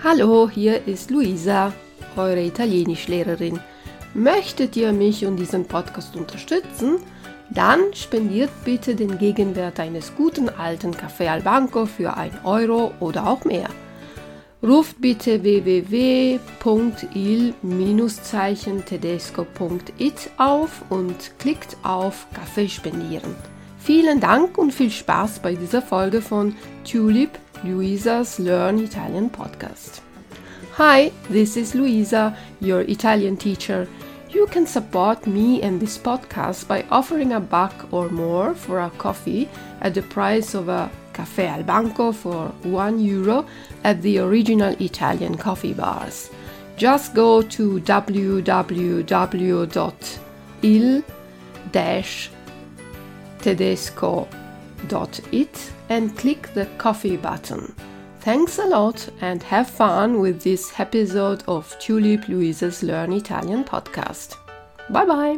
Hallo, hier ist Luisa, eure Italienischlehrerin. Möchtet ihr mich und diesen Podcast unterstützen? Dann spendiert bitte den Gegenwert eines guten alten Café al Banco für 1 Euro oder auch mehr. Ruft bitte www.il-tedesco.it auf und klickt auf Kaffee spendieren. Vielen Dank und viel Spaß bei dieser Folge von Tulip, Luisa's Learn Italian podcast. Hi, this is Luisa, your Italian teacher. You can support me and this podcast by offering $1 or more for a coffee at the price of a Café al Banco for €1 at the original Italian coffee bars. Just go to www.il-tedesco.it and click the coffee button. Thanks a lot and have fun with this episode of Tulip Luisa's Learn Italian podcast. Bye bye!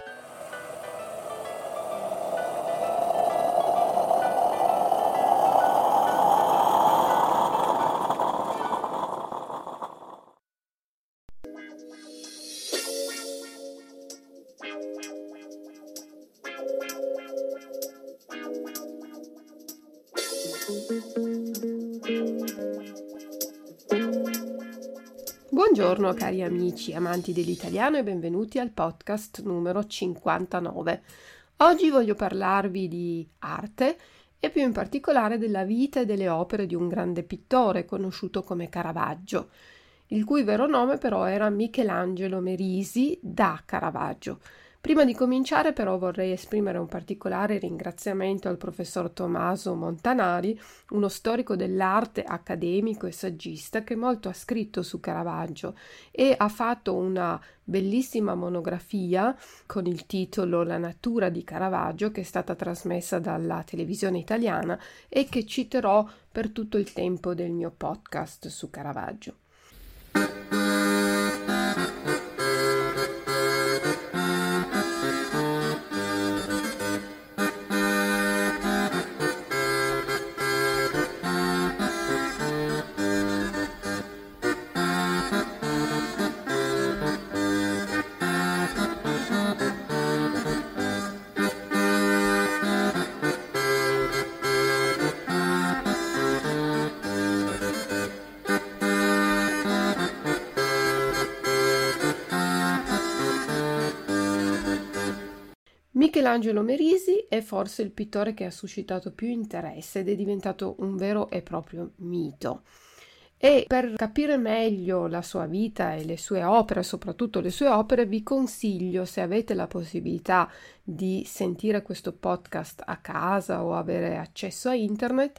Buongiorno cari amici, amanti dell'italiano e benvenuti al podcast numero 59. Oggi voglio parlarvi di arte e più in particolare della vita e delle opere di un grande pittore conosciuto come Caravaggio, il cui vero nome però era Michelangelo Merisi da Caravaggio. Prima di cominciare però vorrei esprimere un particolare ringraziamento al professor Tommaso Montanari, uno storico dell'arte accademico e saggista che molto ha scritto su Caravaggio e ha fatto una bellissima monografia con il titolo La natura di Caravaggio, che è stata trasmessa dalla televisione italiana e che citerò per tutto il tempo del mio podcast su Caravaggio. Michelangelo Merisi è forse il pittore che ha suscitato più interesse ed è diventato un vero e proprio mito. E per capire meglio la sua vita e le sue opere, soprattutto le sue opere, vi consiglio, se avete la possibilità di sentire questo podcast a casa o avere accesso a internet,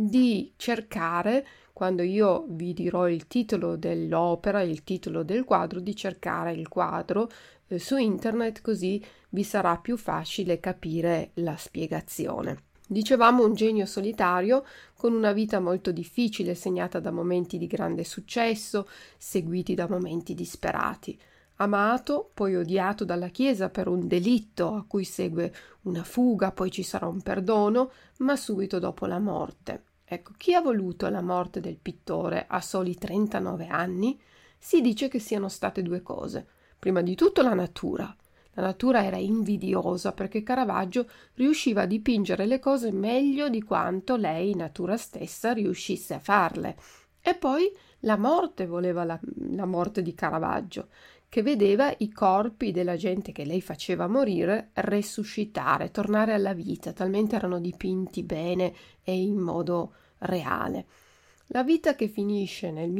di cercare, quando io vi dirò il titolo dell'opera, il titolo del quadro, di cercare il quadro su internet, così vi sarà più facile capire la spiegazione. Dicevamo un genio solitario con una vita molto difficile, segnata da momenti di grande successo, seguiti da momenti disperati. Amato, poi odiato dalla Chiesa per un delitto a cui segue una fuga, poi ci sarà un perdono, ma subito dopo la morte. Ecco, chi ha voluto la morte del pittore a soli 39 anni? Si dice che siano state due cose. Prima di tutto la natura. La natura era invidiosa perché Caravaggio riusciva a dipingere le cose meglio di quanto lei, natura stessa, riuscisse a farle. E poi la morte voleva la morte di Caravaggio, che vedeva i corpi della gente che lei faceva morire resuscitare, tornare alla vita, talmente erano dipinti bene e in modo reale. La vita che finisce nel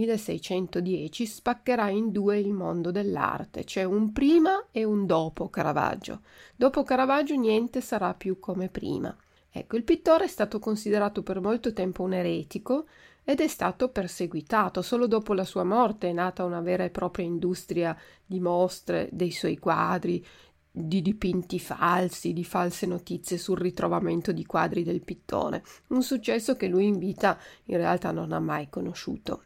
1610 spaccherà in due il mondo dell'arte, c'è un prima e un dopo Caravaggio. Dopo Caravaggio niente sarà più come prima. Ecco, il pittore è stato considerato per molto tempo un eretico ed è stato perseguitato. Solo dopo la sua morte è nata una vera e propria industria di mostre dei suoi quadri, di dipinti falsi, di false notizie sul ritrovamento di quadri del pittore, un successo che lui in vita in realtà non ha mai conosciuto.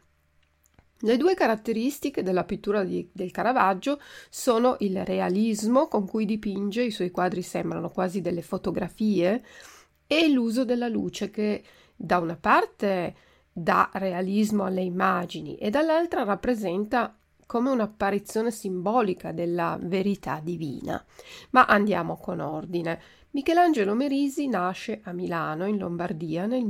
Le due caratteristiche della pittura del Caravaggio sono il realismo con cui dipinge, i suoi quadri sembrano quasi delle fotografie, e l'uso della luce che da una parte dà realismo alle immagini e dall'altra rappresenta come un'apparizione simbolica della verità divina. Ma andiamo con ordine. Michelangelo Merisi nasce a Milano, in Lombardia, nel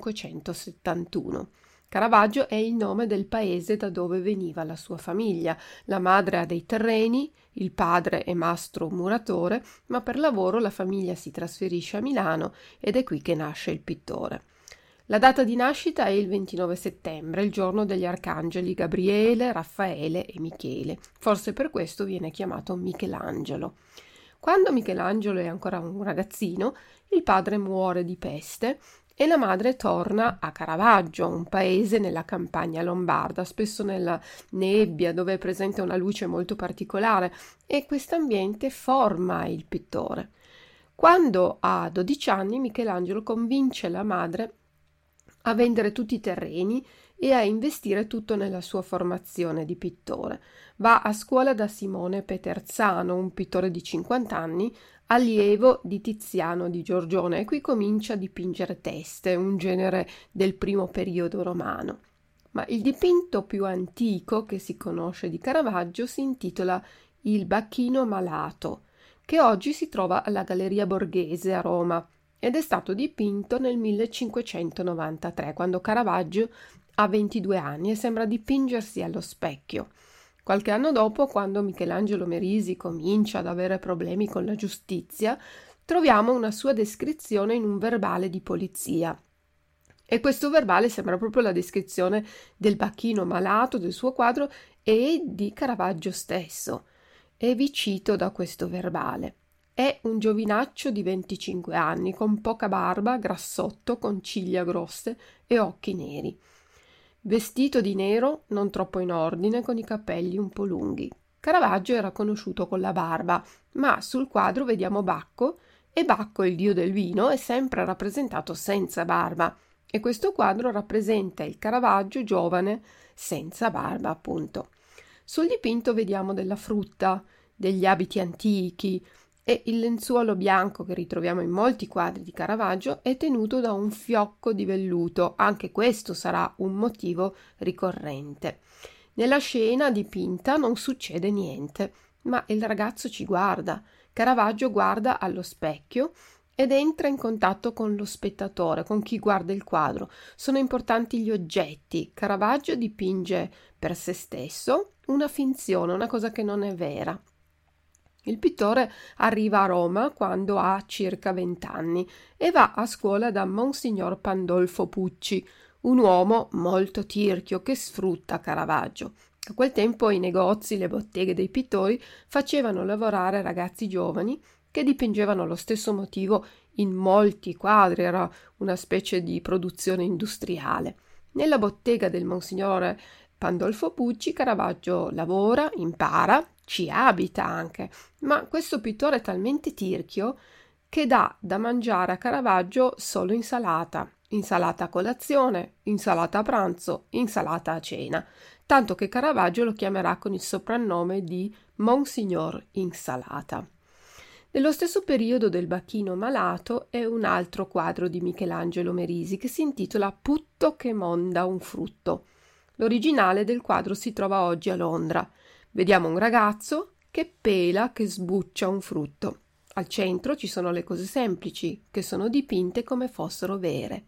1571. Caravaggio è il nome del paese da dove veniva la sua famiglia. La madre ha dei terreni, il padre è mastro muratore, ma per lavoro la famiglia si trasferisce a Milano ed è qui che nasce il pittore. La data di nascita è il 29 settembre, il giorno degli arcangeli Gabriele, Raffaele e Michele. Forse per questo viene chiamato Michelangelo. Quando Michelangelo è ancora un ragazzino, il padre muore di peste e la madre torna a Caravaggio, un paese nella campagna lombarda, spesso nella nebbia, dove è presente una luce molto particolare, e quest'ambiente forma il pittore. Quando ha 12 anni, Michelangelo convince la madre a vendere tutti i terreni e a investire tutto nella sua formazione di pittore. Va a scuola da Simone Peterzano, un pittore di 50 anni, allievo di Tiziano di Giorgione, e qui comincia a dipingere teste, un genere del primo periodo romano. Ma il dipinto più antico che si conosce di Caravaggio si intitola Il Bacchino Malato, che oggi si trova alla Galleria Borghese a Roma ed è stato dipinto nel 1593, quando Caravaggio ha 22 anni e sembra dipingersi allo specchio. Qualche anno dopo, quando Michelangelo Merisi comincia ad avere problemi con la giustizia, troviamo una sua descrizione in un verbale di polizia. E questo verbale sembra proprio la descrizione del bacchino malato del suo quadro e di Caravaggio stesso. E vi cito da questo verbale. È un giovinaccio di 25 anni, con poca barba, grassotto, con ciglia grosse e occhi neri. Vestito di nero, non troppo in ordine, con i capelli un po' lunghi. Caravaggio era conosciuto con la barba, ma sul quadro vediamo Bacco, e Bacco, il dio del vino, è sempre rappresentato senza barba. E questo quadro rappresenta il Caravaggio giovane senza barba, appunto. Sul dipinto vediamo della frutta, degli abiti antichi, e il lenzuolo bianco che ritroviamo in molti quadri di Caravaggio è tenuto da un fiocco di velluto. Anche questo sarà un motivo ricorrente. Nella scena dipinta non succede niente, ma il ragazzo ci guarda. Caravaggio guarda allo specchio ed entra in contatto con lo spettatore, con chi guarda il quadro. Sono importanti gli oggetti. Caravaggio dipinge per se stesso una finzione, una cosa che non è vera. Il pittore arriva a Roma quando ha circa 20 anni e va a scuola da Monsignor Pandolfo Pucci, un uomo molto tirchio che sfrutta Caravaggio. A quel tempo i negozi, le botteghe dei pittori facevano lavorare ragazzi giovani che dipingevano lo stesso motivo in molti quadri, era una specie di produzione industriale. Nella bottega del Monsignore Pandolfo Pucci Caravaggio lavora, impara, ci abita anche, ma questo pittore è talmente tirchio che dà da mangiare a Caravaggio solo insalata a colazione, insalata a pranzo, insalata a cena, tanto che Caravaggio lo chiamerà con il soprannome di Monsignor Insalata. Nello stesso periodo del Bacchino Malato è un altro quadro di Michelangelo Merisi che si intitola Putto che monda un frutto. L'originale del quadro si trova oggi a Londra. Vediamo un ragazzo che pela, che sbuccia un frutto. Al centro ci sono le cose semplici, che sono dipinte come fossero vere.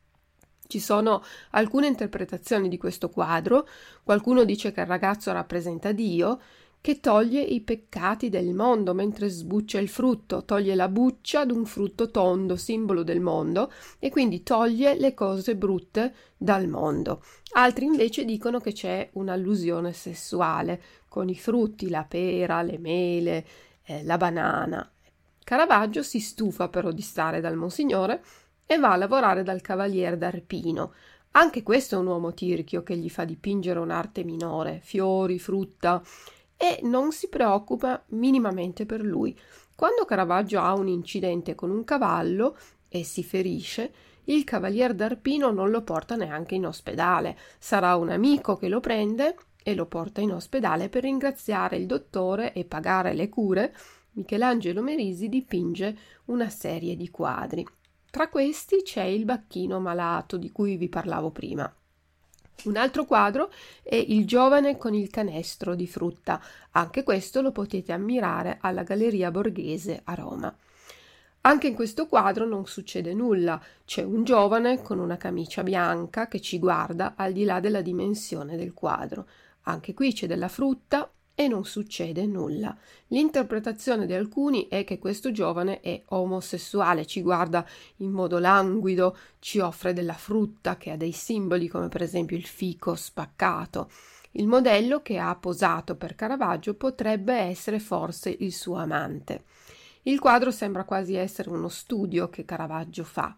Ci sono alcune interpretazioni di questo quadro. Qualcuno dice che il ragazzo rappresenta Dio, che toglie i peccati del mondo mentre sbuccia il frutto, toglie la buccia ad un frutto tondo, simbolo del mondo, e quindi toglie le cose brutte dal mondo. Altri invece dicono che c'è un'allusione sessuale, con i frutti, la pera, le mele, la banana. Caravaggio si stufa però di stare dal Monsignore e va a lavorare dal Cavalier d'Arpino. Anche questo è un uomo tirchio che gli fa dipingere un'arte minore, fiori, frutta, e non si preoccupa minimamente per lui. Quando Caravaggio ha un incidente con un cavallo e si ferisce, il Cavalier d'Arpino non lo porta neanche in ospedale. Sarà un amico che lo prende e lo porta in ospedale per ringraziare il dottore e pagare le cure. Michelangelo Merisi dipinge una serie di quadri. Tra questi c'è il Bacchino Malato di cui vi parlavo prima. Un altro quadro è Il giovane con il canestro di frutta. Anche questo lo potete ammirare alla Galleria Borghese a Roma. Anche in questo quadro non succede nulla, c'è un giovane con una camicia bianca che ci guarda al di là della dimensione del quadro. Anche qui c'è della frutta e non succede nulla. L'interpretazione di alcuni è che questo giovane è omosessuale, ci guarda in modo languido, ci offre della frutta che ha dei simboli come per esempio il fico spaccato. Il modello che ha posato per Caravaggio potrebbe essere forse il suo amante. Il quadro sembra quasi essere uno studio che Caravaggio fa.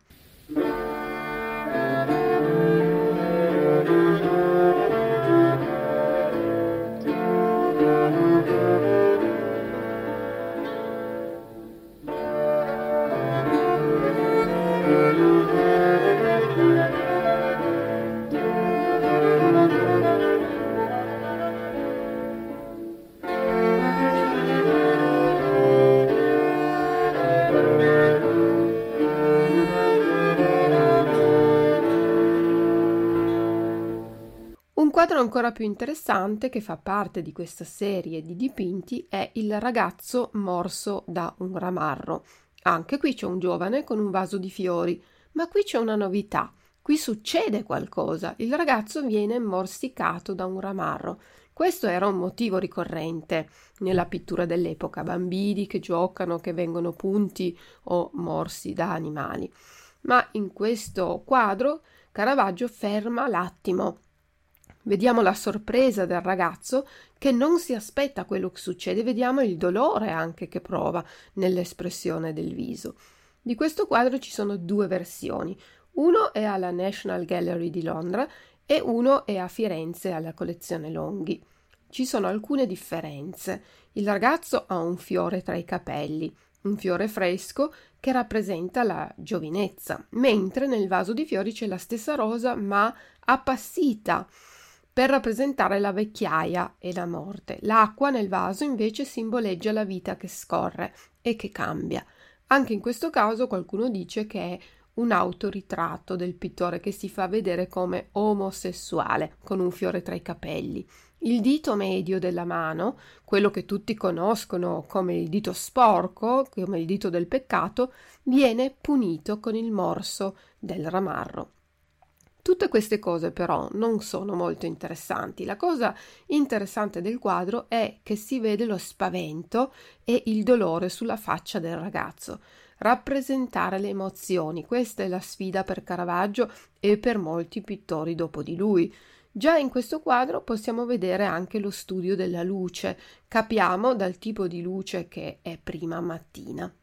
Un quadro ancora più interessante che fa parte di questa serie di dipinti è Il ragazzo morso da un ramarro. Anche qui c'è un giovane con un vaso di fiori, ma qui c'è una novità. Qui succede qualcosa. Il ragazzo viene morsicato da un ramarro. Questo era un motivo ricorrente nella pittura dell'epoca, bambini che giocano, che vengono punti o morsi da animali. Ma in questo quadro Caravaggio ferma l'attimo. Vediamo la sorpresa del ragazzo che non si aspetta quello che succede, vediamo il dolore anche che prova nell'espressione del viso. Di questo quadro ci sono due versioni, uno è alla National Gallery di Londra e uno è a Firenze alla collezione Longhi. Ci sono alcune differenze. Il ragazzo ha un fiore tra i capelli, un fiore fresco che rappresenta la giovinezza, mentre nel vaso di fiori c'è la stessa rosa ma appassita, per rappresentare la vecchiaia e la morte. L'acqua nel vaso invece simboleggia la vita che scorre e che cambia. Anche in questo caso qualcuno dice che è un autoritratto del pittore che si fa vedere come omosessuale, con un fiore tra i capelli. Il dito medio della mano, quello che tutti conoscono come il dito sporco, come il dito del peccato, viene punito con il morso del ramarro. Tutte queste cose però non sono molto interessanti. La cosa interessante del quadro è che si vede lo spavento e il dolore sulla faccia del ragazzo. Rappresentare le emozioni, questa è la sfida per Caravaggio e per molti pittori dopo di lui. Già in questo quadro possiamo vedere anche lo studio della luce. Capiamo dal tipo di luce che è prima mattina.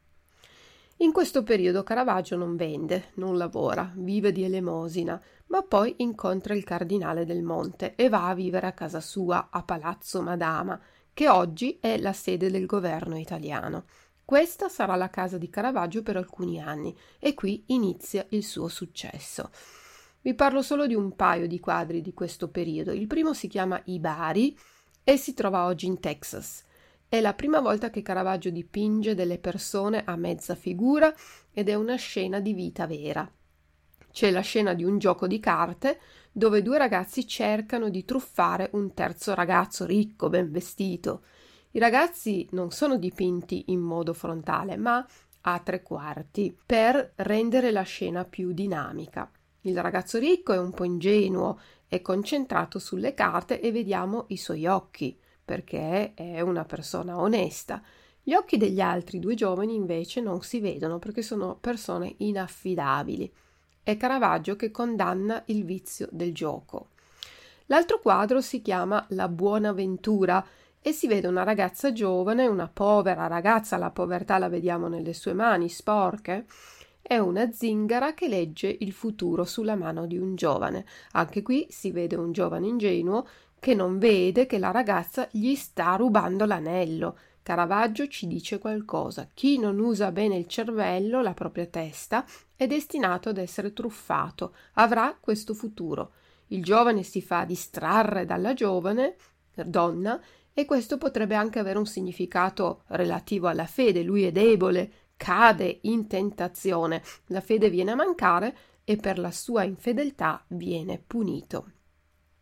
In questo periodo Caravaggio non vende, non lavora, vive di elemosina, ma poi incontra il cardinale del Monte e va a vivere a casa sua a Palazzo Madama, che oggi è la sede del governo italiano. Questa sarà la casa di Caravaggio per alcuni anni e qui inizia il suo successo. Vi parlo solo di un paio di quadri di questo periodo. Il primo si chiama I Bari e si trova oggi in Texas. È la prima volta che Caravaggio dipinge delle persone a mezza figura ed è una scena di vita vera. C'è la scena di un gioco di carte dove due ragazzi cercano di truffare un terzo ragazzo ricco, ben vestito. I ragazzi non sono dipinti in modo frontale, ma a tre quarti, per rendere la scena più dinamica. Il ragazzo ricco è un po' ingenuo, è concentrato sulle carte e vediamo i suoi occhi, perché è una persona onesta. Gli occhi degli altri due giovani invece non si vedono perché sono persone inaffidabili. È Caravaggio che condanna il vizio del gioco. L'altro quadro si chiama La buona ventura e si vede una ragazza giovane, una povera ragazza, la povertà la vediamo nelle sue mani sporche, è una zingara che legge il futuro sulla mano di un giovane. Anche qui si vede un giovane ingenuo che non vede che la ragazza gli sta rubando l'anello. Caravaggio ci dice qualcosa. Chi non usa bene il cervello, la propria testa, è destinato ad essere truffato, avrà questo futuro. Il giovane si fa distrarre dalla giovane donna e questo potrebbe anche avere un significato relativo alla fede. Lui è debole, cade in tentazione, la fede viene a mancare e per la sua infedeltà viene punito.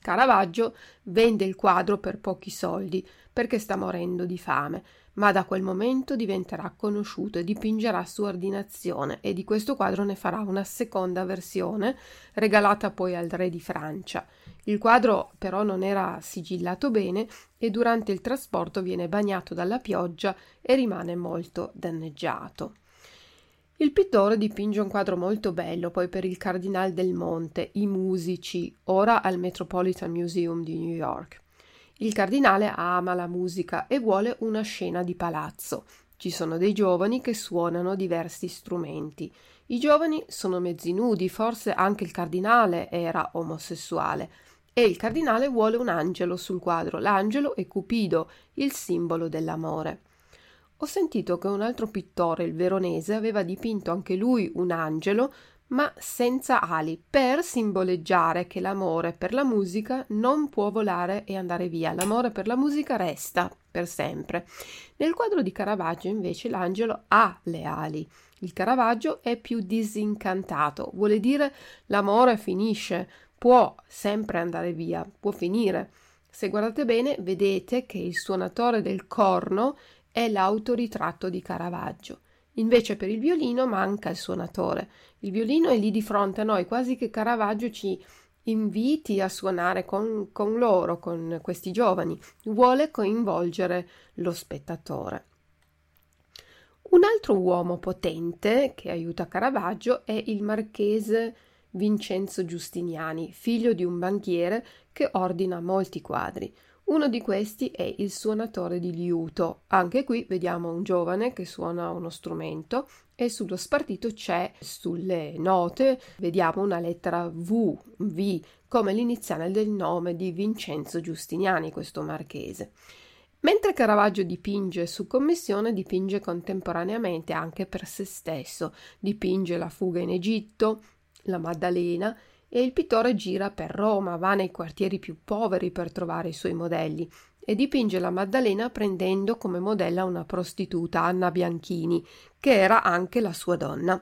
Caravaggio vende il quadro per pochi soldi perché sta morendo di fame, ma da quel momento diventerà conosciuto e dipingerà su ordinazione, e di questo quadro ne farà una seconda versione regalata poi al re di Francia. Il quadro però non era sigillato bene e durante il trasporto viene bagnato dalla pioggia e rimane molto danneggiato. Il pittore dipinge un quadro molto bello poi per il Cardinal del Monte, i musici, ora al Metropolitan Museum di New York. Il cardinale ama la musica e vuole una scena di palazzo. Ci sono dei giovani che suonano diversi strumenti. I giovani sono mezzi nudi, forse anche il cardinale era omosessuale. E il cardinale vuole un angelo sul quadro. L'angelo è Cupido, il simbolo dell'amore. Ho sentito che un altro pittore, il veronese, aveva dipinto anche lui un angelo, ma senza ali, per simboleggiare che l'amore per la musica non può volare e andare via. L'amore per la musica resta per sempre. Nel quadro di Caravaggio, invece, l'angelo ha le ali. Il Caravaggio è più disincantato, vuole dire l'amore finisce, può sempre andare via, può finire. Se guardate bene, vedete che il suonatore del corno è l'autoritratto di Caravaggio. Invece per il violino manca il suonatore. Il violino è lì di fronte a noi, quasi che Caravaggio ci inviti a suonare con loro, con questi giovani. Vuole coinvolgere lo spettatore. Un altro uomo potente che aiuta Caravaggio è il marchese Vincenzo Giustiniani, figlio di un banchiere che ordina molti quadri. Uno di questi è il suonatore di liuto. Anche qui vediamo un giovane che suona uno strumento e sullo spartito c'è, sulle note, vediamo una lettera V, come l'iniziale del nome di Vincenzo Giustiniani, questo marchese. Mentre Caravaggio dipinge su commissione, dipinge contemporaneamente anche per se stesso. Dipinge la fuga in Egitto, la Maddalena, e il pittore gira per Roma, va nei quartieri più poveri per trovare i suoi modelli e dipinge la Maddalena prendendo come modella una prostituta, Anna Bianchini, che era anche la sua donna.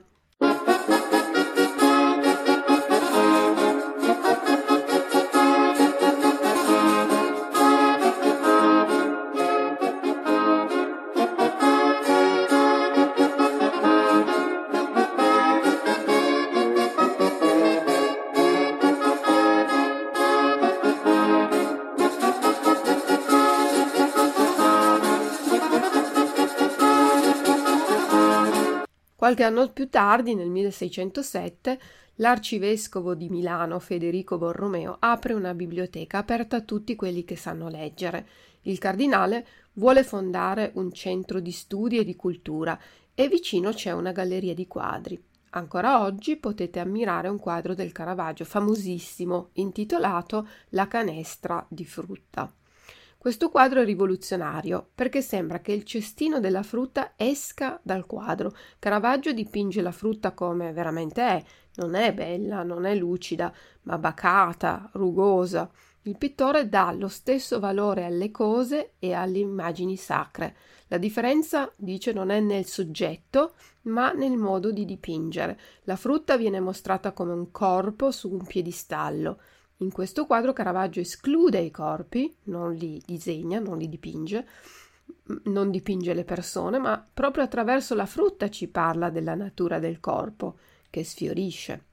Qualche anno più tardi, nel 1607, l'arcivescovo di Milano, Federico Borromeo, apre una biblioteca aperta a tutti quelli che sanno leggere. Il cardinale vuole fondare un centro di studi e di cultura e vicino c'è una galleria di quadri. Ancora oggi potete ammirare un quadro del Caravaggio famosissimo intitolato La canestra di frutta. Questo quadro è rivoluzionario perché sembra che il cestino della frutta esca dal quadro. Caravaggio dipinge la frutta come veramente è, non è bella, non è lucida, ma bacata, rugosa. Il pittore dà lo stesso valore alle cose e alle immagini sacre. La differenza, dice, non è nel soggetto, ma nel modo di dipingere. La frutta viene mostrata come un corpo su un piedistallo. In questo quadro Caravaggio esclude i corpi, non li disegna, non li dipinge, non dipinge le persone, ma proprio attraverso la frutta ci parla della natura del corpo, che sfiorisce.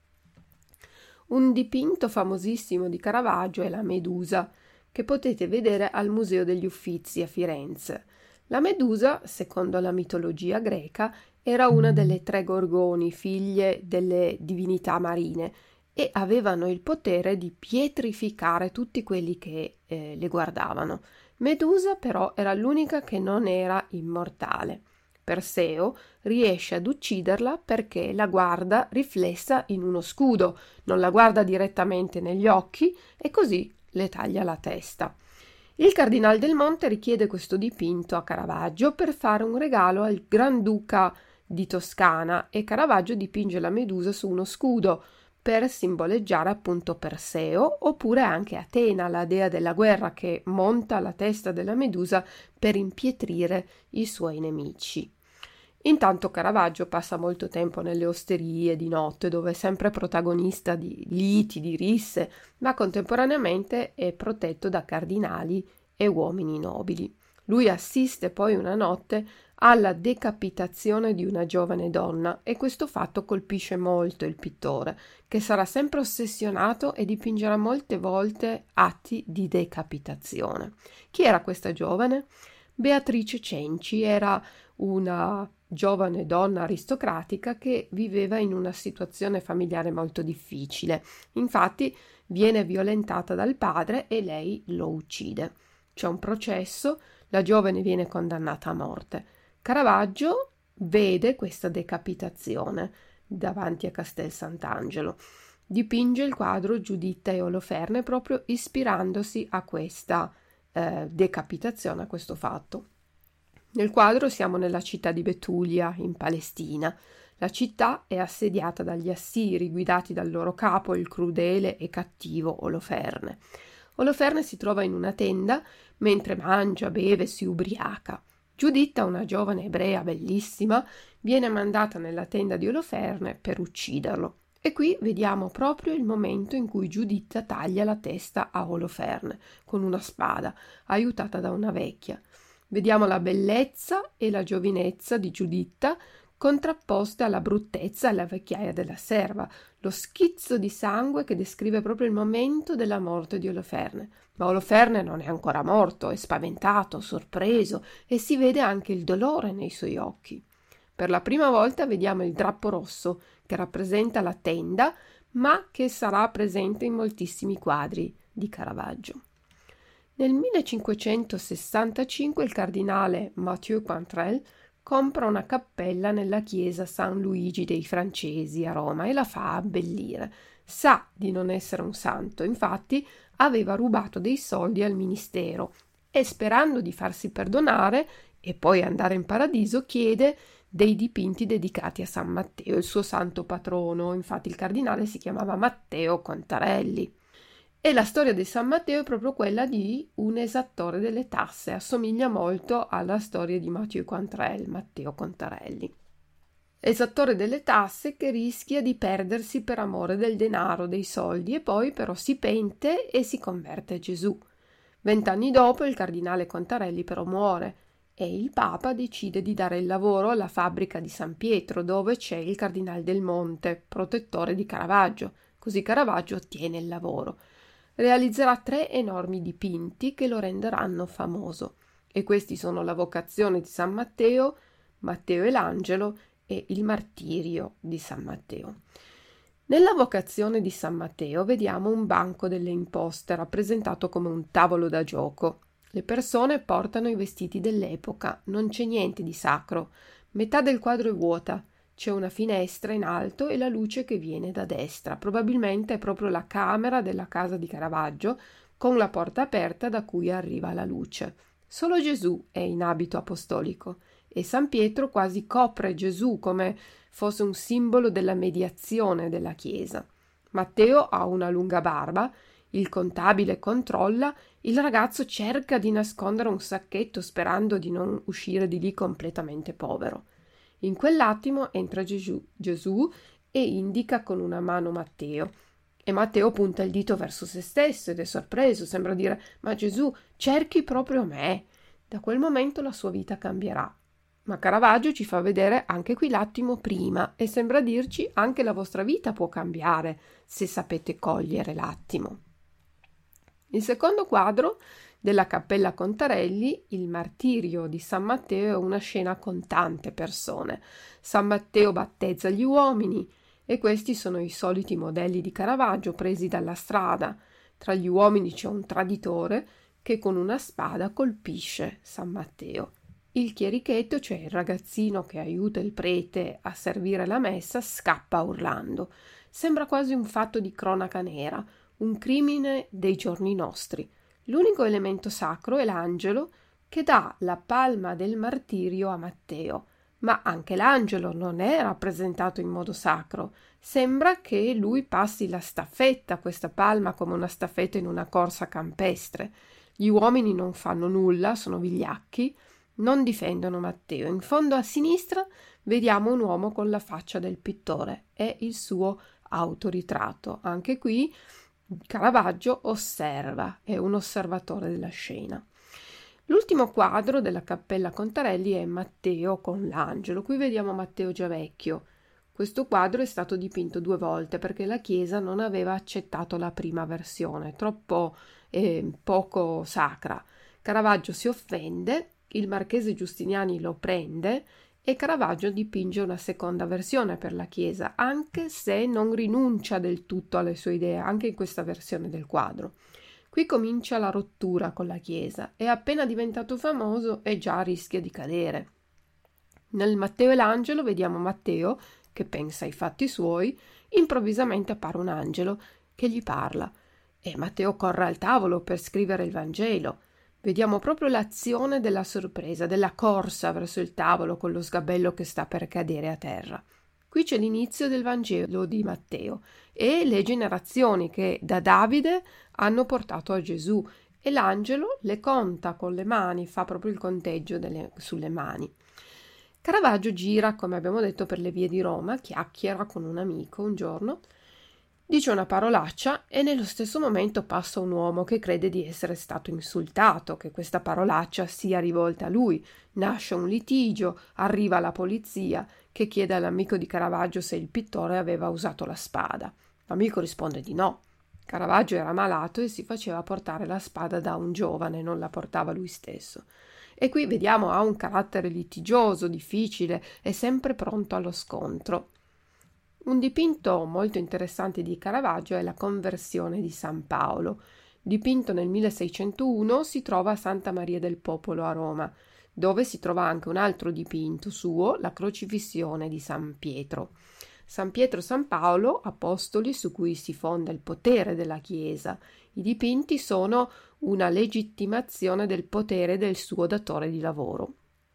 Un dipinto famosissimo di Caravaggio è la Medusa, che potete vedere al Museo degli Uffizi a Firenze. La Medusa, secondo la mitologia greca, era una delle 3 Gorgoni, figlie delle divinità marine, e avevano il potere di pietrificare tutti quelli che le guardavano. Medusa però era l'unica che non era immortale. Perseo riesce ad ucciderla perché la guarda riflessa in uno scudo, non la guarda direttamente negli occhi e così le taglia la testa. Il Cardinal del Monte richiede questo dipinto a Caravaggio per fare un regalo al Granduca di Toscana e Caravaggio dipinge la Medusa su uno scudo per simboleggiare appunto Perseo, oppure anche Atena, la dea della guerra, che monta la testa della Medusa per impietrire i suoi nemici. Intanto Caravaggio passa molto tempo nelle osterie di notte, dove è sempre protagonista di liti, di risse, ma contemporaneamente è protetto da cardinali e uomini nobili. Lui assiste poi una notte alla decapitazione di una giovane donna e questo fatto colpisce molto il pittore, che sarà sempre ossessionato e dipingerà molte volte atti di decapitazione. Chi era questa giovane? Beatrice Cenci era una giovane donna aristocratica che viveva in una situazione familiare molto difficile. Infatti viene violentata dal padre e lei lo uccide. C'è un processo, la giovane viene condannata a morte. Caravaggio vede questa decapitazione davanti a Castel Sant'Angelo. Dipinge il quadro Giuditta e Oloferne proprio ispirandosi a questa decapitazione, a questo fatto. Nel quadro siamo nella città di Betulia, in Palestina. La città è assediata dagli Assiri, guidati dal loro capo, il crudele e cattivo Oloferne. Oloferne si trova in una tenda mentre mangia, beve e si ubriaca. Giuditta, una giovane ebrea bellissima, viene mandata nella tenda di Oloferne per ucciderlo. E qui vediamo proprio il momento in cui Giuditta taglia la testa a Oloferne con una spada, aiutata da una vecchia. Vediamo la bellezza e la giovinezza di Giuditta contrapposte alla bruttezza e alla vecchiaia della serva, lo schizzo di sangue che descrive proprio il momento della morte di Oloferne. Ma Oloferne non è ancora morto, è spaventato, sorpreso e si vede anche il dolore nei suoi occhi. Per la prima volta vediamo il drappo rosso che rappresenta la tenda, ma che sarà presente in moltissimi quadri di Caravaggio. Nel 1565 il cardinale Mathieu Cantrell compra una cappella nella chiesa San Luigi dei Francesi a Roma e la fa abbellire. Sa di non essere un santo, infatti aveva rubato dei soldi al ministero e sperando di farsi perdonare e poi andare in paradiso chiede dei dipinti dedicati a San Matteo, il suo santo patrono. Infatti il cardinale si chiamava Matteo Contarelli. E la storia di San Matteo è proprio quella di un esattore delle tasse, assomiglia molto alla storia di Mathieu Cantrell, Matteo Contarelli. Esattore delle tasse che rischia di perdersi per amore del denaro, dei soldi, e poi però si pente e si converte a Gesù. 20 anni dopo il cardinale Contarelli però muore e il Papa decide di dare il lavoro alla fabbrica di San Pietro, dove c'è il cardinale Del Monte, protettore di Caravaggio. Così Caravaggio ottiene il lavoro. Realizzerà 3 enormi dipinti che lo renderanno famoso. E questi sono la vocazione di San Matteo, Matteo e l'Angelo e il martirio di San Matteo. Nella vocazione di San Matteo vediamo un banco delle imposte rappresentato come un tavolo da gioco. Le persone portano i vestiti dell'epoca, non c'è niente di sacro. Metà del quadro è vuota, c'è una finestra in alto e la luce che viene da destra. Probabilmente è proprio la camera della casa di Caravaggio, con la porta aperta da cui arriva la luce. Solo Gesù è in abito apostolico e San Pietro quasi copre Gesù come fosse un simbolo della mediazione della Chiesa. Matteo ha una lunga barba, il contabile controlla, il ragazzo cerca di nascondere un sacchetto sperando di non uscire di lì completamente povero. In quell'attimo entra Gesù e indica con una mano Matteo. E Matteo punta il dito verso se stesso ed è sorpreso, sembra dire: «Ma Gesù, cerchi proprio me?» Da quel momento la sua vita cambierà. Ma Caravaggio ci fa vedere anche qui l'attimo prima e sembra dirci: anche la vostra vita può cambiare se sapete cogliere l'attimo. Il secondo quadro della Cappella Contarelli, il martirio di San Matteo, è una scena con tante persone. San Matteo battezza gli uomini e questi sono i soliti modelli di Caravaggio presi dalla strada. Tra gli uomini c'è un traditore che con una spada colpisce San Matteo. Il chierichetto, cioè il ragazzino che aiuta il prete a servire la messa, scappa urlando. Sembra quasi un fatto di cronaca nera, un crimine dei giorni nostri. L'unico elemento sacro è l'angelo che dà la palma del martirio a Matteo, ma anche l'angelo non è rappresentato in modo sacro. Sembra che lui passi la staffetta, questa palma, come una staffetta in una corsa campestre. Gli uomini non fanno nulla, sono vigliacchi, non difendono Matteo. In fondo a sinistra vediamo un uomo con la faccia del pittore e il suo autoritratto. Anche qui Caravaggio osserva, è un osservatore della scena. L'ultimo quadro della Cappella Contarelli è Matteo con l'angelo. Qui vediamo Matteo già vecchio. Questo quadro è stato dipinto 2 volte perché la Chiesa non aveva accettato la prima versione, troppo poco sacra. Caravaggio si offende, il marchese Giustiniani lo prende e Caravaggio dipinge una seconda versione per la Chiesa, anche se non rinuncia del tutto alle sue idee, anche in questa versione del quadro. Qui comincia la rottura con la Chiesa e appena diventato famoso e già rischia di cadere. Nel Matteo e l'angelo vediamo Matteo che pensa ai fatti suoi, improvvisamente appare un angelo che gli parla e Matteo corre al tavolo per scrivere il Vangelo. Vediamo proprio l'azione della sorpresa, della corsa verso il tavolo con lo sgabello che sta per cadere a terra. Qui c'è l'inizio del Vangelo di Matteo e le generazioni che da Davide hanno portato a Gesù e l'angelo le conta con le mani, fa proprio il conteggio sulle mani. Caravaggio gira, come abbiamo detto, per le vie di Roma, chiacchiera con un amico un giorno, dice una parolaccia e nello stesso momento passa un uomo che crede di essere stato insultato, che questa parolaccia sia rivolta a lui. Nasce un litigio, arriva la polizia che chiede all'amico di Caravaggio se il pittore aveva usato la spada. L'amico risponde di no. Caravaggio era malato e si faceva portare la spada da un giovane, non la portava lui stesso. E qui vediamo ha un carattere litigioso, difficile e sempre pronto allo scontro. Un dipinto molto interessante di Caravaggio è la Conversione di San Paolo. Dipinto nel 1601 si trova a Santa Maria del Popolo a Roma, dove si trova anche un altro dipinto suo, la Crocifissione di San Pietro. San Pietro e San Paolo, apostoli su cui si fonda il potere della Chiesa. I dipinti sono una legittimazione del potere del suo datore di lavoro.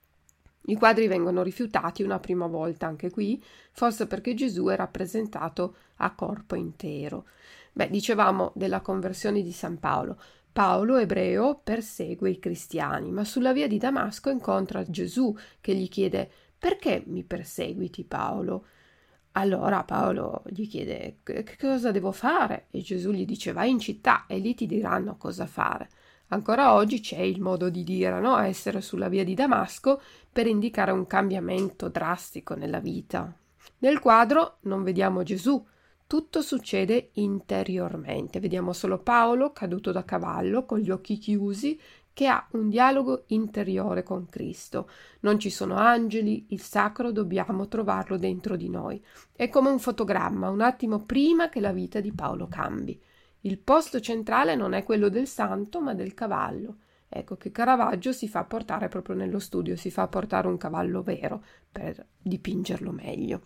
I quadri vengono rifiutati una prima volta anche qui, forse perché Gesù è rappresentato a corpo intero. Dicevamo della conversione di San Paolo. Paolo, ebreo, persegue i cristiani, ma sulla via di Damasco incontra Gesù che gli chiede: «Perché mi perseguiti, Paolo?» Allora Paolo gli chiede: «Che cosa devo fare?» E Gesù gli dice: «Vai in città e lì ti diranno cosa fare». Ancora oggi c'è il modo di dire, no? Essere sulla via di Damasco per indicare un cambiamento drastico nella vita. Nel quadro non vediamo Gesù, tutto succede interiormente. Vediamo solo Paolo caduto da cavallo con gli occhi chiusi che ha un dialogo interiore con Cristo. Non ci sono angeli, il sacro dobbiamo trovarlo dentro di noi. È come un fotogramma, un attimo prima che la vita di Paolo cambi. Il posto centrale non è quello del santo, ma del cavallo. Ecco che Caravaggio si fa portare proprio nello studio, si fa portare un cavallo vero per dipingerlo meglio.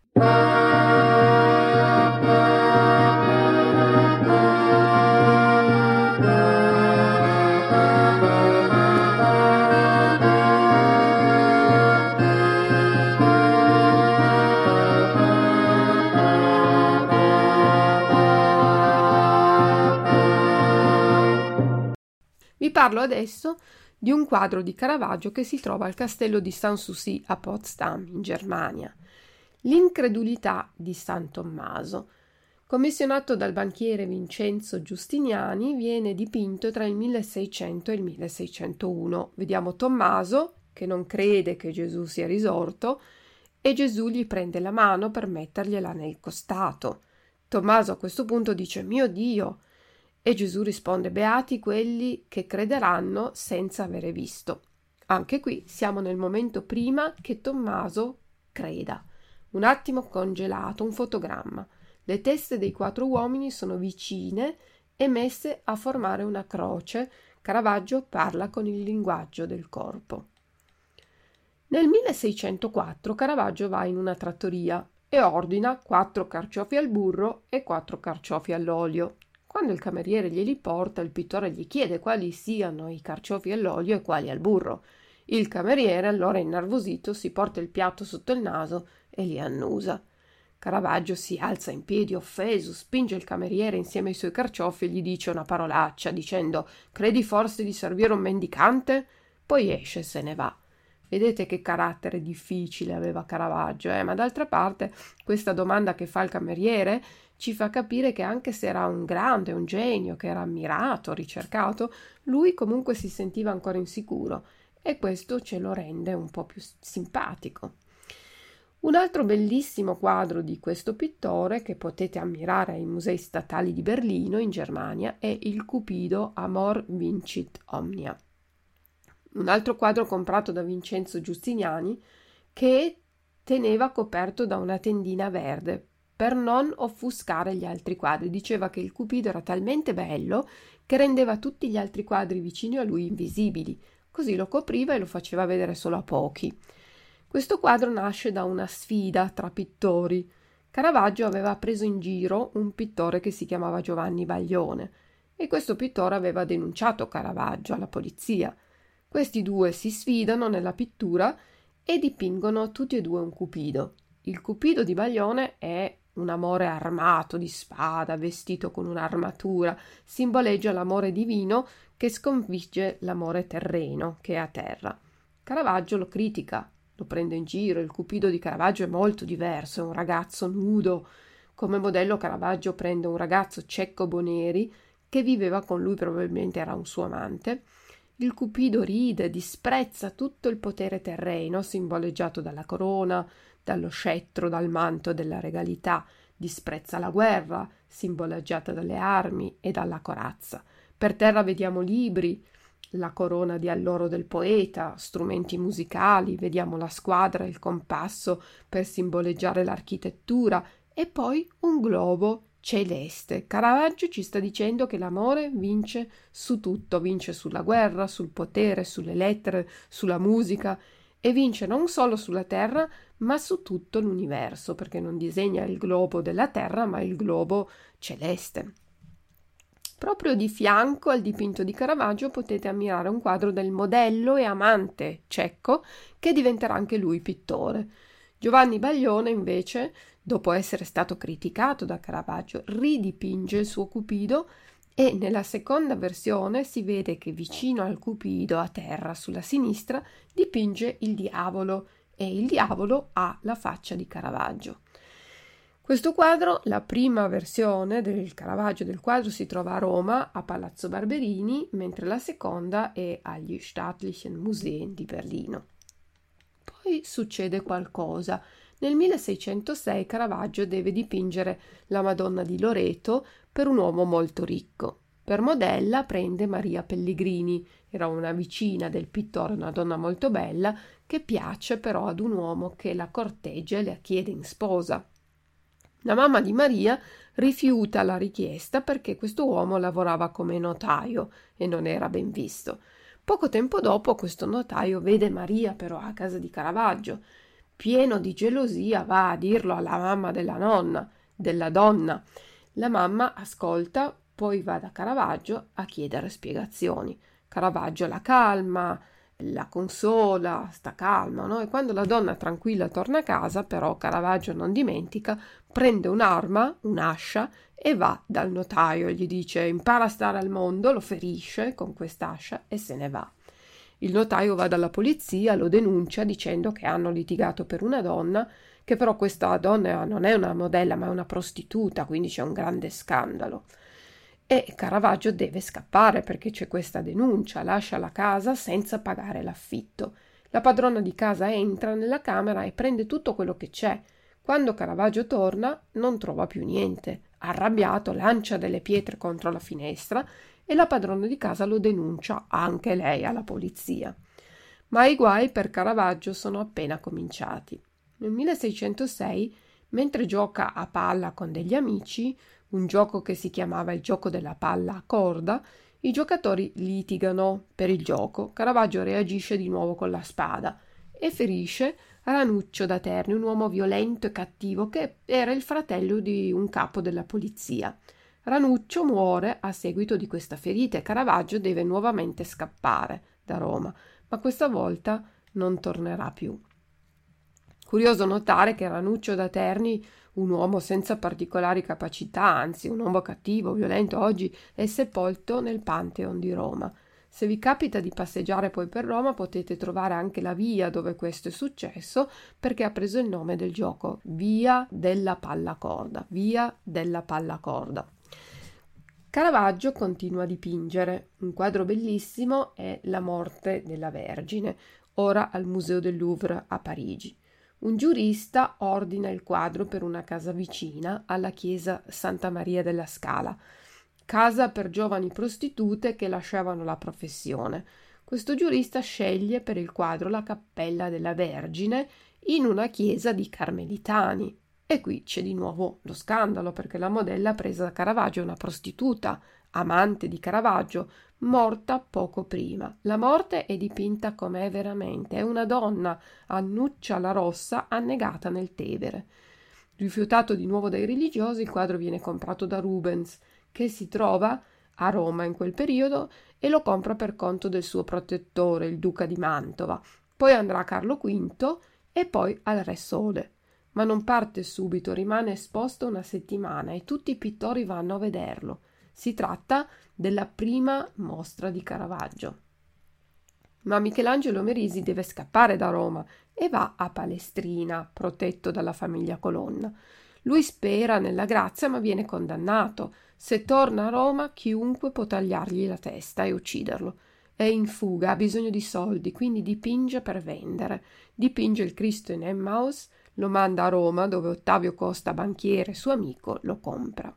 Vi parlo adesso di un quadro di Caravaggio che si trova al castello di Sanssouci a Potsdam, in Germania. L'incredulità di San Tommaso. Commissionato dal banchiere Vincenzo Giustiniani, viene dipinto tra il 1600 e il 1601. Vediamo Tommaso, che non crede che Gesù sia risorto, e Gesù gli prende la mano per mettergliela nel costato. Tommaso a questo punto dice: «Mio Dio!» E Gesù risponde: «Beati quelli che crederanno senza avere visto». Anche qui siamo nel momento prima che Tommaso creda. Un attimo congelato, un fotogramma. Le teste dei 4 uomini sono vicine e messe a formare una croce. Caravaggio parla con il linguaggio del corpo. Nel 1604 Caravaggio va in una trattoria e ordina 4 carciofi al burro e 4 carciofi all'olio. Quando il cameriere glieli porta, il pittore gli chiede quali siano i carciofi all'olio e quali al burro. Il cameriere, allora innervosito, si porta il piatto sotto il naso e li annusa. Caravaggio si alza in piedi offeso, spinge il cameriere insieme ai suoi carciofi e gli dice una parolaccia, dicendo: «Credi forse di servire un mendicante?» Poi esce e se ne va. Vedete che carattere difficile aveva Caravaggio, ma d'altra parte questa domanda che fa il cameriere ci fa capire che anche se era un grande, un genio, che era ammirato, ricercato, lui comunque si sentiva ancora insicuro e questo ce lo rende un po' più simpatico. Un altro bellissimo quadro di questo pittore che potete ammirare ai musei statali di Berlino in Germania è il Cupido Amor vincit omnia. Un altro quadro comprato da Vincenzo Giustiniani che teneva coperto da una tendina verde per non offuscare gli altri quadri. Diceva che il Cupido era talmente bello che rendeva tutti gli altri quadri vicini a lui invisibili, così lo copriva e lo faceva vedere solo a pochi. Questo quadro nasce da una sfida tra pittori. Caravaggio aveva preso in giro un pittore che si chiamava Giovanni Baglione e questo pittore aveva denunciato Caravaggio alla polizia. Questi due si sfidano nella pittura e dipingono tutti e due un Cupido. Il Cupido di Baglione è un amore armato di spada, vestito con un'armatura, simboleggia l'amore divino che sconfigge l'amore terreno che è a terra. Caravaggio lo critica, lo prende in giro. Il Cupido di Caravaggio è molto diverso, è un ragazzo nudo. Come modello Caravaggio prende un ragazzo Cecco Boneri che viveva con lui, probabilmente era un suo amante. Il Cupido ride, disprezza tutto il potere terreno, simboleggiato dalla corona, dallo scettro, dal manto della regalità, disprezza la guerra, simboleggiata dalle armi e dalla corazza. Per terra vediamo libri, la corona di alloro del poeta, strumenti musicali, vediamo la squadra, il compasso per simboleggiare l'architettura e poi un globo celeste. Caravaggio ci sta dicendo che l'amore vince su tutto, vince sulla guerra, sul potere, sulle lettere, sulla musica e vince non solo sulla terra ma su tutto l'universo, perché non disegna il globo della terra ma il globo celeste. Proprio di fianco al dipinto di Caravaggio potete ammirare un quadro del modello e amante Cecco che diventerà anche lui pittore. Giovanni Baglione invece, dopo essere stato criticato da Caravaggio, ridipinge il suo Cupido e nella seconda versione si vede che vicino al Cupido, a terra sulla sinistra, dipinge il diavolo e il diavolo ha la faccia di Caravaggio. Questo quadro, la prima versione del Caravaggio del quadro si trova a Roma, a Palazzo Barberini, mentre la seconda è agli Staatlichen Museen di Berlino. Poi succede qualcosa. Nel 1606 Caravaggio deve dipingere la Madonna di Loreto per un uomo molto ricco. Per modella prende Maria Pellegrini, era una vicina del pittore, una donna molto bella, che piace però ad un uomo che la corteggia e la chiede in sposa. La mamma di Maria rifiuta la richiesta perché questo uomo lavorava come notaio e non era ben visto. Poco tempo dopo questo notaio vede Maria però a casa di Caravaggio. Pieno di gelosia va a dirlo alla mamma della donna. La mamma ascolta, poi va da Caravaggio a chiedere spiegazioni. Caravaggio la calma, la consola, sta calma, no? E quando la donna tranquilla torna a casa, però Caravaggio non dimentica, prende un'arma, un'ascia, e va dal notaio e gli dice impara a stare al mondo, lo ferisce con quest'ascia e se ne va. Il notaio va dalla polizia, lo denuncia dicendo che hanno litigato per una donna, che però questa donna non è una modella ma è una prostituta, quindi c'è un grande scandalo. E Caravaggio deve scappare perché c'è questa denuncia, lascia la casa senza pagare l'affitto. La padrona di casa entra nella camera e prende tutto quello che c'è. Quando Caravaggio torna non trova più niente. Arrabbiato lancia delle pietre contro la finestra e la padrona di casa lo denuncia anche lei alla polizia. Ma i guai per Caravaggio sono appena cominciati. Nel 1606, mentre gioca a palla con degli amici, un gioco che si chiamava il gioco della palla a corda, i giocatori litigano per il gioco. Caravaggio reagisce di nuovo con la spada e ferisce Ranuccio da Terni, un uomo violento e cattivo che era il fratello di un capo della polizia. Ranuccio muore a seguito di questa ferita e Caravaggio deve nuovamente scappare da Roma, ma questa volta non tornerà più. Curioso notare che Ranuccio da Terni, un uomo senza particolari capacità, anzi un uomo cattivo, violento, oggi è sepolto nel Pantheon di Roma. Se vi capita di passeggiare poi per Roma potete trovare anche la via dove questo è successo, perché ha preso il nome del gioco, Via della Pallacorda, Via della Pallacorda. Caravaggio continua a dipingere. Un quadro bellissimo è La morte della Vergine, ora al Museo del Louvre a Parigi. Un giurista ordina il quadro per una casa vicina alla chiesa Santa Maria della Scala, casa per giovani prostitute che lasciavano la professione. Questo giurista sceglie per il quadro la Cappella della Vergine in una chiesa di carmelitani. E qui c'è di nuovo lo scandalo, perché la modella presa da Caravaggio è una prostituta, amante di Caravaggio, morta poco prima. La morte è dipinta com'è veramente, è una donna, Annuccia la Rossa, annegata nel Tevere. Rifiutato di nuovo dai religiosi, il quadro viene comprato da Rubens, che si trova a Roma in quel periodo e lo compra per conto del suo protettore, il duca di Mantova. Poi andrà a Carlo V e poi al Re Sole. Ma non parte subito, rimane esposto una settimana e tutti i pittori vanno a vederlo. Si tratta della prima mostra di Caravaggio. Ma Michelangelo Merisi deve scappare da Roma e va a Palestrina, protetto dalla famiglia Colonna. Lui spera nella grazia, ma viene condannato. Se torna a Roma, chiunque può tagliargli la testa e ucciderlo. È in fuga, ha bisogno di soldi, quindi dipinge per vendere. Dipinge il Cristo in Emmaus, lo manda a Roma, dove Ottavio Costa, banchiere, suo amico, lo compra.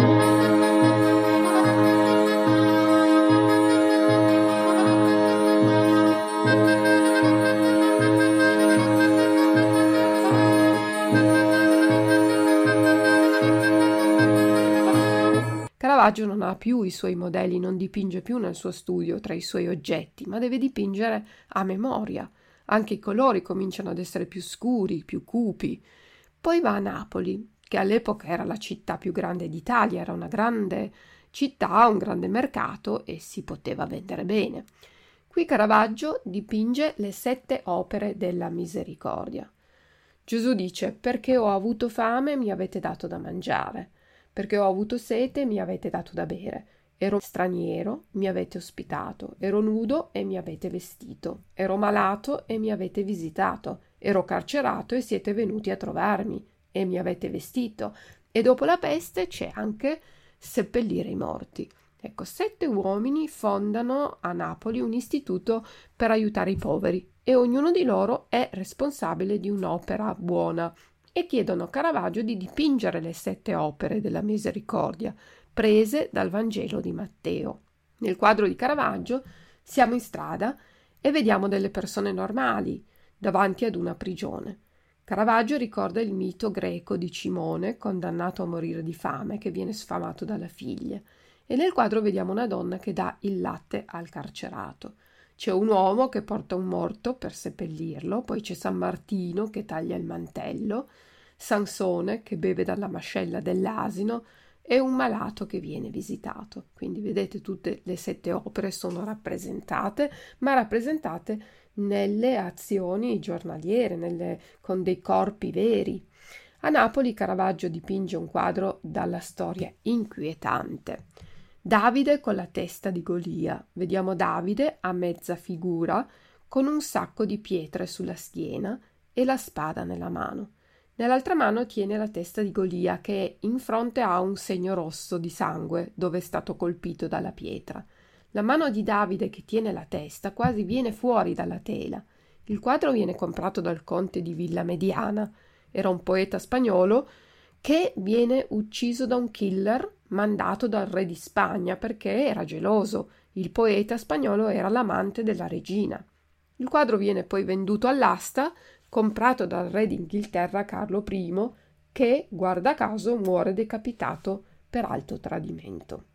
Caravaggio non ha più i suoi modelli, non dipinge più nel suo studio tra i suoi oggetti, ma deve dipingere a memoria. Anche i colori cominciano ad essere più scuri, più cupi. Poi va a Napoli, che all'epoca era la città più grande d'Italia, era una grande città, un grande mercato e si poteva vendere bene. Qui Caravaggio dipinge le 7 opere della Misericordia. Gesù dice: perché ho avuto fame mi avete dato da mangiare, perché ho avuto sete mi avete dato da bere, ero straniero, mi avete ospitato, ero nudo e mi avete vestito, ero malato e mi avete visitato, ero carcerato e siete venuti a trovarmi e mi avete vestito. E dopo la peste c'è anche seppellire i morti. Ecco, 7 uomini fondano a Napoli un istituto per aiutare i poveri e ognuno di loro è responsabile di un'opera buona e chiedono a Caravaggio di dipingere le 7 opere della Misericordia prese dal Vangelo di Matteo. Nel quadro di Caravaggio siamo in strada e vediamo delle persone normali davanti ad una prigione. Caravaggio ricorda il mito greco di Cimone, condannato a morire di fame, che viene sfamato dalla figlia. E nel quadro vediamo una donna che dà il latte al carcerato. C'è un uomo che porta un morto per seppellirlo, poi c'è San Martino che taglia il mantello, Sansone che beve dalla mascella dell'asino e un malato che viene visitato. Quindi vedete, tutte le 7 opere sono rappresentate, ma rappresentate nelle azioni giornaliere, con dei corpi veri. A Napoli Caravaggio dipinge un quadro dalla storia inquietante. Davide con la testa di Golia. Vediamo Davide a mezza figura con un sacco di pietre sulla schiena e la spada nella mano. Nell'altra mano tiene la testa di Golia, che in fronte ha un segno rosso di sangue dove è stato colpito dalla pietra. La mano di Davide che tiene la testa quasi viene fuori dalla tela. Il quadro viene comprato dal conte di Villa Mediana. Era un poeta spagnolo che viene ucciso da un killer mandato dal re di Spagna perché era geloso. Il poeta spagnolo era l'amante della regina. Il quadro viene poi venduto all'asta, comprato dal re d'Inghilterra Carlo I, che, guarda caso, muore decapitato per alto tradimento.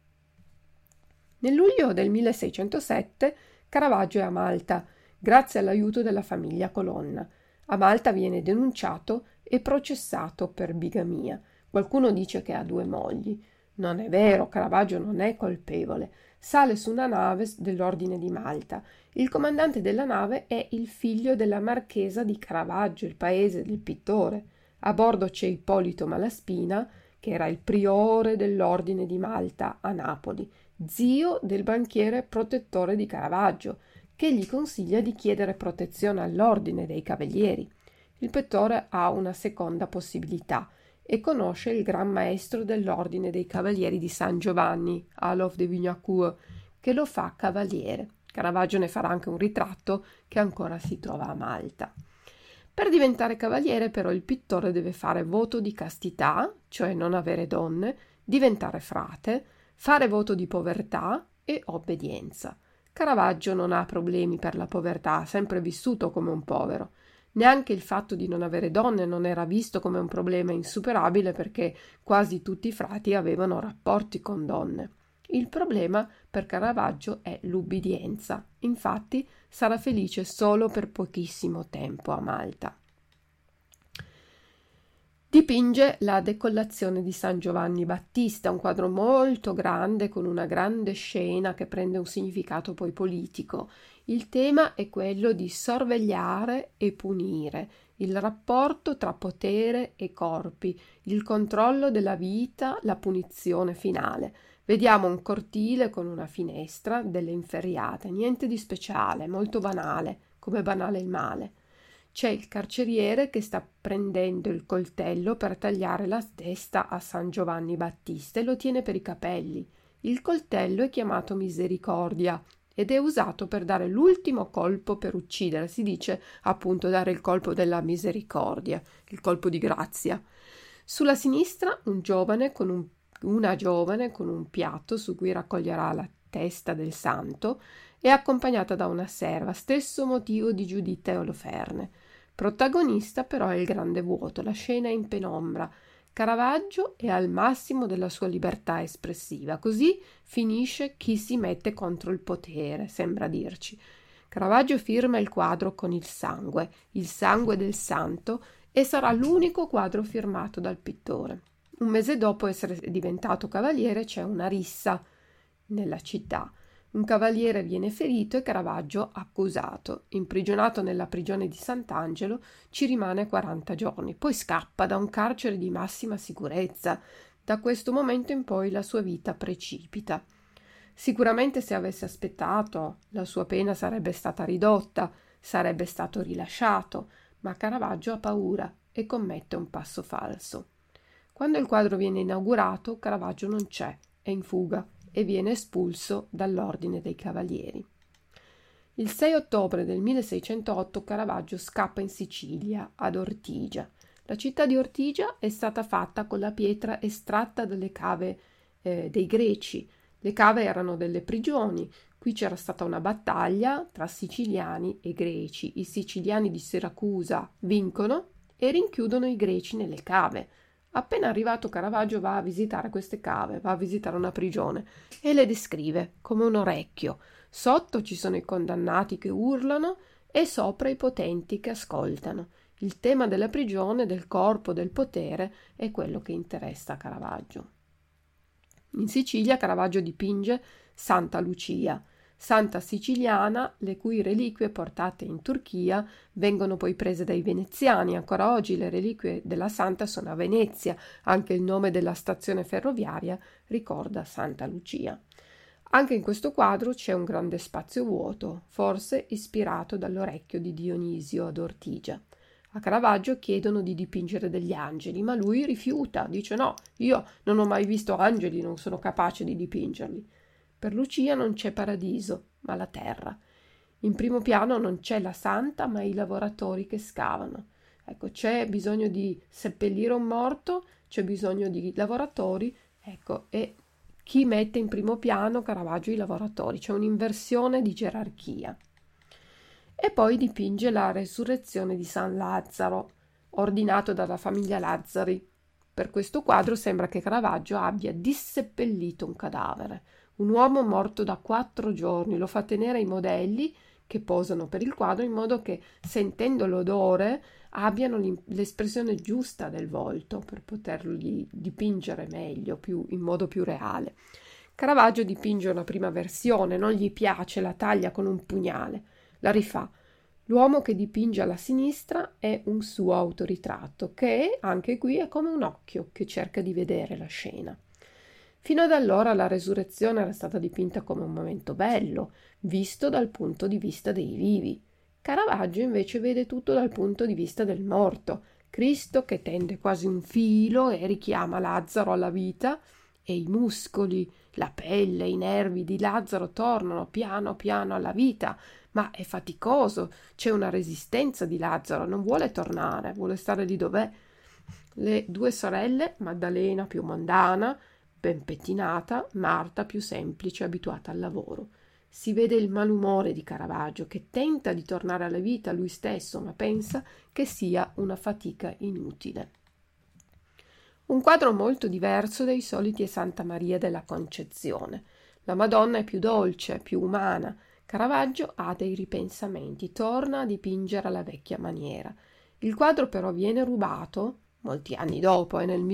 Nel luglio del 1607 Caravaggio è a Malta, grazie all'aiuto della famiglia Colonna. A Malta viene denunciato e processato per bigamia. Qualcuno dice che ha 2 mogli. Non è vero, Caravaggio non è colpevole. Sale su una nave dell'Ordine di Malta. Il comandante della nave è il figlio della marchesa di Caravaggio, il paese del pittore. A bordo c'è Ippolito Malaspina, che era il priore dell'Ordine di Malta a Napoli. zio del banchiere protettore di Caravaggio, che gli consiglia di chiedere protezione all'ordine dei cavalieri. Il pittore ha una seconda possibilità e conosce il gran maestro dell'ordine dei cavalieri di San Giovanni, Adolphe de Vignacourt, che lo fa cavaliere. Caravaggio ne farà anche un ritratto che ancora si trova a Malta. Per diventare cavaliere però il pittore deve fare voto di castità, cioè non avere donne, diventare frate, fare voto di povertà e obbedienza. Caravaggio non ha problemi per la povertà, ha sempre vissuto come un povero. Neanche il fatto di non avere donne non era visto come un problema insuperabile perché quasi tutti i frati avevano rapporti con donne. Il problema per Caravaggio è l'ubbidienza. Infatti sarà felice solo per pochissimo tempo a Malta. Dipinge la decollazione di San Giovanni Battista, un quadro molto grande con una grande scena che prende un significato poi politico. Il tema è quello di sorvegliare e punire, il rapporto tra potere e corpi, il controllo della vita, la punizione finale. Vediamo un cortile con una finestra, delle inferriate, niente di speciale, molto banale, come banale il male. C'è il carceriere che sta prendendo il coltello per tagliare la testa a San Giovanni Battista e lo tiene per i capelli. Il coltello è chiamato misericordia ed è usato per dare l'ultimo colpo per uccidere. Si dice appunto dare il colpo della misericordia, il colpo di grazia. Sulla sinistra una giovane con un piatto su cui raccoglierà la testa del santo è accompagnata da una serva, stesso motivo di Giuditta e Oloferne. Protagonista però è il grande vuoto, la scena è in penombra. Caravaggio è al massimo della sua libertà espressiva, così finisce chi si mette contro il potere, sembra dirci. Caravaggio firma il quadro con il sangue del santo, e sarà l'unico quadro firmato dal pittore. Un mese dopo essere diventato cavaliere c'è una rissa nella città. Un cavaliere viene ferito e Caravaggio accusato. Imprigionato nella prigione di Sant'Angelo ci rimane 40 giorni, poi scappa da un carcere di massima sicurezza. Da questo momento in poi la sua vita precipita. Sicuramente se avesse aspettato la sua pena sarebbe stata ridotta, sarebbe stato rilasciato, ma Caravaggio ha paura e commette un passo falso. Quando il quadro viene inaugurato, Caravaggio non c'è, è in fuga e viene espulso dall'ordine dei cavalieri. Il 6 ottobre del 1608 Caravaggio scappa in Sicilia, ad Ortigia. La città di Ortigia è stata fatta con la pietra estratta dalle cave dei Greci. Le cave erano delle prigioni. Qui c'era stata una battaglia tra siciliani e greci. I siciliani di Siracusa vincono e rinchiudono i greci nelle cave. Appena arrivato Caravaggio va a visitare queste cave, va a visitare una prigione e le descrive come un orecchio. Sotto ci sono i condannati che urlano e sopra i potenti che ascoltano. Il tema della prigione, del corpo, del potere è quello che interessa a Caravaggio. In Sicilia Caravaggio dipinge Santa Lucia, santa siciliana, le cui reliquie portate in Turchia vengono poi prese dai veneziani. Ancora oggi le reliquie della santa sono a Venezia, anche il nome della stazione ferroviaria ricorda Santa Lucia. Anche in questo quadro c'è un grande spazio vuoto, forse ispirato dall'orecchio di Dionisio ad Ortigia. A Caravaggio chiedono di dipingere degli angeli, ma lui rifiuta, dice no, io non ho mai visto angeli, non sono capace di dipingerli. Per Lucia non c'è paradiso, ma la terra. In primo piano non c'è la santa, ma i lavoratori che scavano. Ecco, c'è bisogno di seppellire un morto, c'è bisogno di lavoratori, ecco, e chi mette in primo piano Caravaggio i lavoratori, c'è un'inversione di gerarchia. E poi dipinge la resurrezione di San Lazzaro, ordinato dalla famiglia Lazzari. Per questo quadro sembra che Caravaggio abbia disseppellito un cadavere. Un uomo morto da 4 giorni, lo fa tenere ai modelli che posano per il quadro in modo che, sentendo l'odore, abbiano l'espressione giusta del volto per poterli dipingere meglio, in modo più reale. Caravaggio dipinge una prima versione, non gli piace, la taglia con un pugnale, la rifà. L'uomo che dipinge alla sinistra è un suo autoritratto, che anche qui è come un occhio che cerca di vedere la scena. Fino ad allora la resurrezione era stata dipinta come un momento bello, visto dal punto di vista dei vivi. Caravaggio invece vede tutto dal punto di vista del morto, Cristo che tende quasi un filo e richiama Lazzaro alla vita, e i muscoli, la pelle, i nervi di Lazzaro tornano piano piano alla vita, ma è faticoso, c'è una resistenza di Lazzaro, non vuole tornare, vuole stare lì dov'è. Le due sorelle, Maddalena più mondana, ben pettinata, Marta più semplice, abituata al lavoro. Si vede il malumore di Caravaggio, che tenta di tornare alla vita lui stesso, ma pensa che sia una fatica inutile. Un quadro molto diverso dai soliti è Santa Maria della Concezione. La Madonna è più dolce, più umana. Caravaggio ha dei ripensamenti, torna a dipingere alla vecchia maniera. Il quadro però viene rubato molti anni dopo, è nel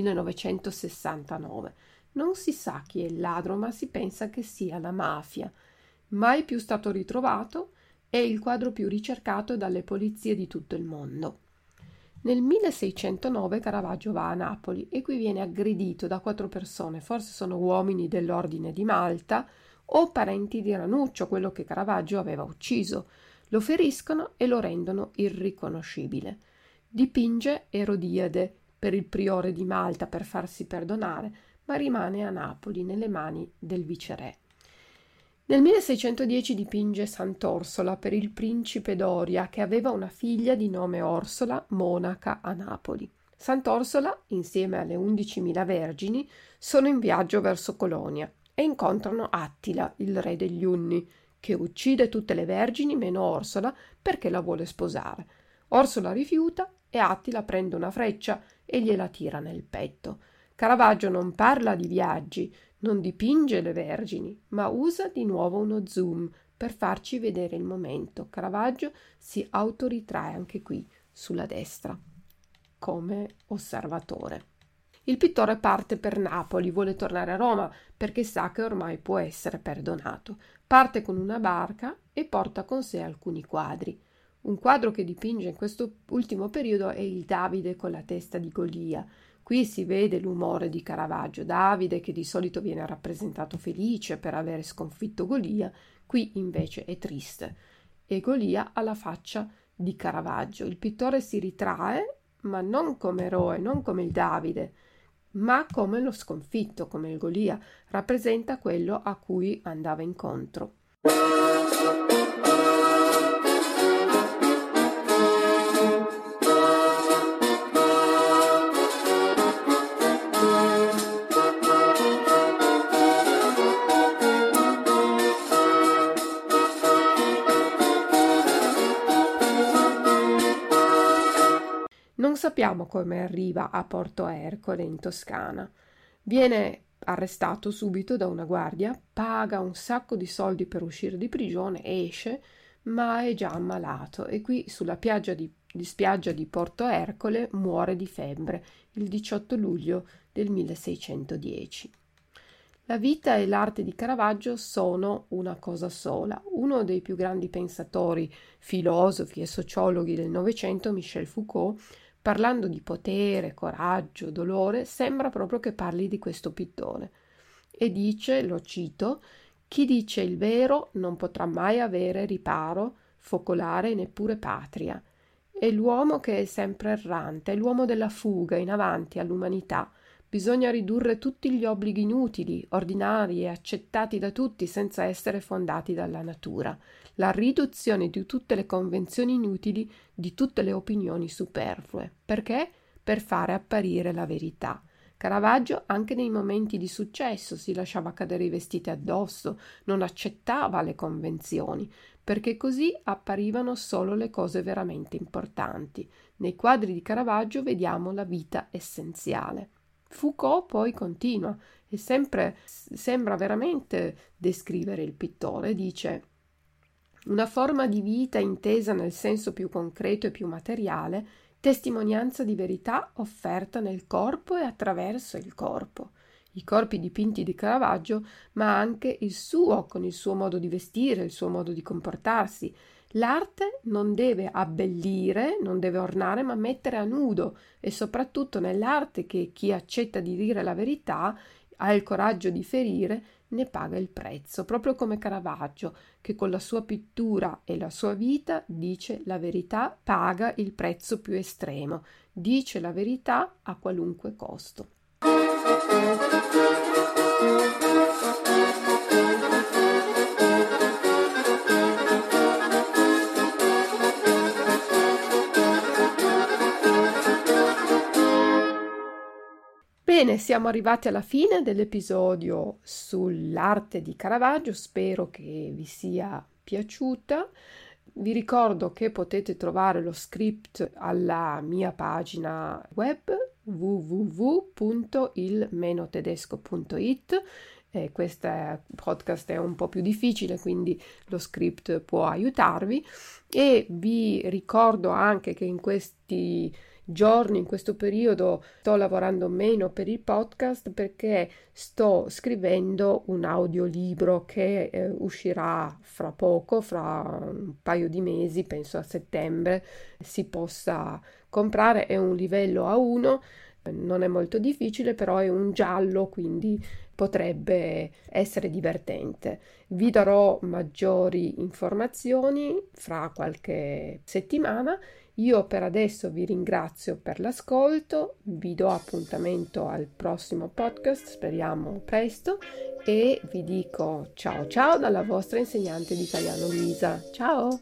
1969. Non si sa chi è il ladro, ma si pensa che sia la mafia. Mai più stato ritrovato, è il quadro più ricercato dalle polizie di tutto il mondo. Nel 1609 Caravaggio va a Napoli e qui viene aggredito da 4 persone, forse sono uomini dell'Ordine di Malta o parenti di Ranuccio, quello che Caravaggio aveva ucciso. Lo feriscono e lo rendono irriconoscibile. Dipinge Erodiade per il priore di Malta per farsi perdonare, ma rimane a Napoli nelle mani del viceré. Nel 1610 dipinge Sant'Orsola per il principe Doria, che aveva una figlia di nome Orsola, monaca a Napoli. Sant'Orsola, insieme alle 11.000 vergini, sono in viaggio verso Colonia e incontrano Attila, il re degli Unni, che uccide tutte le vergini meno Orsola perché la vuole sposare. Orsola rifiuta e Attila prende una freccia e gliela tira nel petto. Caravaggio non parla di viaggi, non dipinge le vergini, ma usa di nuovo uno zoom per farci vedere il momento. Caravaggio si autoritrae anche qui sulla destra come osservatore. Il pittore parte per Napoli, vuole tornare a Roma perché sa che ormai può essere perdonato. Parte con una barca e porta con sé alcuni quadri. Un quadro che dipinge in questo ultimo periodo è il Davide con la testa di Golia. Qui si vede l'umore di Caravaggio. Davide, che di solito viene rappresentato felice per aver sconfitto Golia, qui invece è triste. E Golia ha la faccia di Caravaggio. Il pittore si ritrae, ma non come eroe, non come il Davide, ma come lo sconfitto, come il Golia. Rappresenta quello a cui andava incontro. Non sappiamo come arriva a Porto Ercole in Toscana. Viene arrestato subito da una guardia, paga un sacco di soldi per uscire di prigione, esce, ma è già ammalato e qui sulla spiaggia di Porto Ercole muore di febbre il 18 luglio del 1610. La vita e l'arte di Caravaggio sono una cosa sola. Uno dei più grandi pensatori, filosofi e sociologhi del Novecento, Michel Foucault, parlando di potere, coraggio, dolore, sembra proprio che parli di questo pittore. E dice, lo cito, «Chi dice il vero non potrà mai avere riparo, focolare e neppure patria. È l'uomo che è sempre errante, è l'uomo della fuga in avanti all'umanità. Bisogna ridurre tutti gli obblighi inutili, ordinari e accettati da tutti senza essere fondati dalla natura. La riduzione di tutte le convenzioni inutili, di tutte le opinioni superflue. Perché? Per fare apparire la verità». Caravaggio anche nei momenti di successo si lasciava cadere i vestiti addosso, non accettava le convenzioni, perché così apparivano solo le cose veramente importanti. Nei quadri di Caravaggio vediamo la vita essenziale. Foucault poi continua e sembra veramente descrivere il pittore, dice: «Una forma di vita intesa nel senso più concreto e più materiale, testimonianza di verità offerta nel corpo e attraverso il corpo». I corpi dipinti di Caravaggio, ma anche il suo, con il suo modo di vestire, il suo modo di comportarsi. L'arte non deve abbellire, non deve ornare, ma mettere a nudo, e soprattutto nell'arte che chi accetta di dire la verità ha il coraggio di ferire ne paga il prezzo, proprio come Caravaggio, che con la sua pittura e la sua vita dice la verità, paga il prezzo più estremo, dice la verità a qualunque costo. Bene, siamo arrivati alla fine dell'episodio sull'arte di Caravaggio, spero che vi sia piaciuta. Vi ricordo che potete trovare lo script alla mia pagina web www.il-tedesco.it. Questo podcast è un po' più difficile, quindi lo script può aiutarvi, e vi ricordo anche che in questi giorni, in questo periodo, sto lavorando meno per il podcast perché sto scrivendo un audiolibro che uscirà fra poco, fra un paio di mesi, penso a settembre si possa comprare. È un livello A1, non è molto difficile, però è un giallo, quindi potrebbe essere divertente. Vi darò maggiori informazioni fra qualche settimana. Io per adesso vi ringrazio per l'ascolto, vi do appuntamento al prossimo podcast, speriamo presto, e vi dico ciao ciao dalla vostra insegnante di italiano Luisa. Ciao!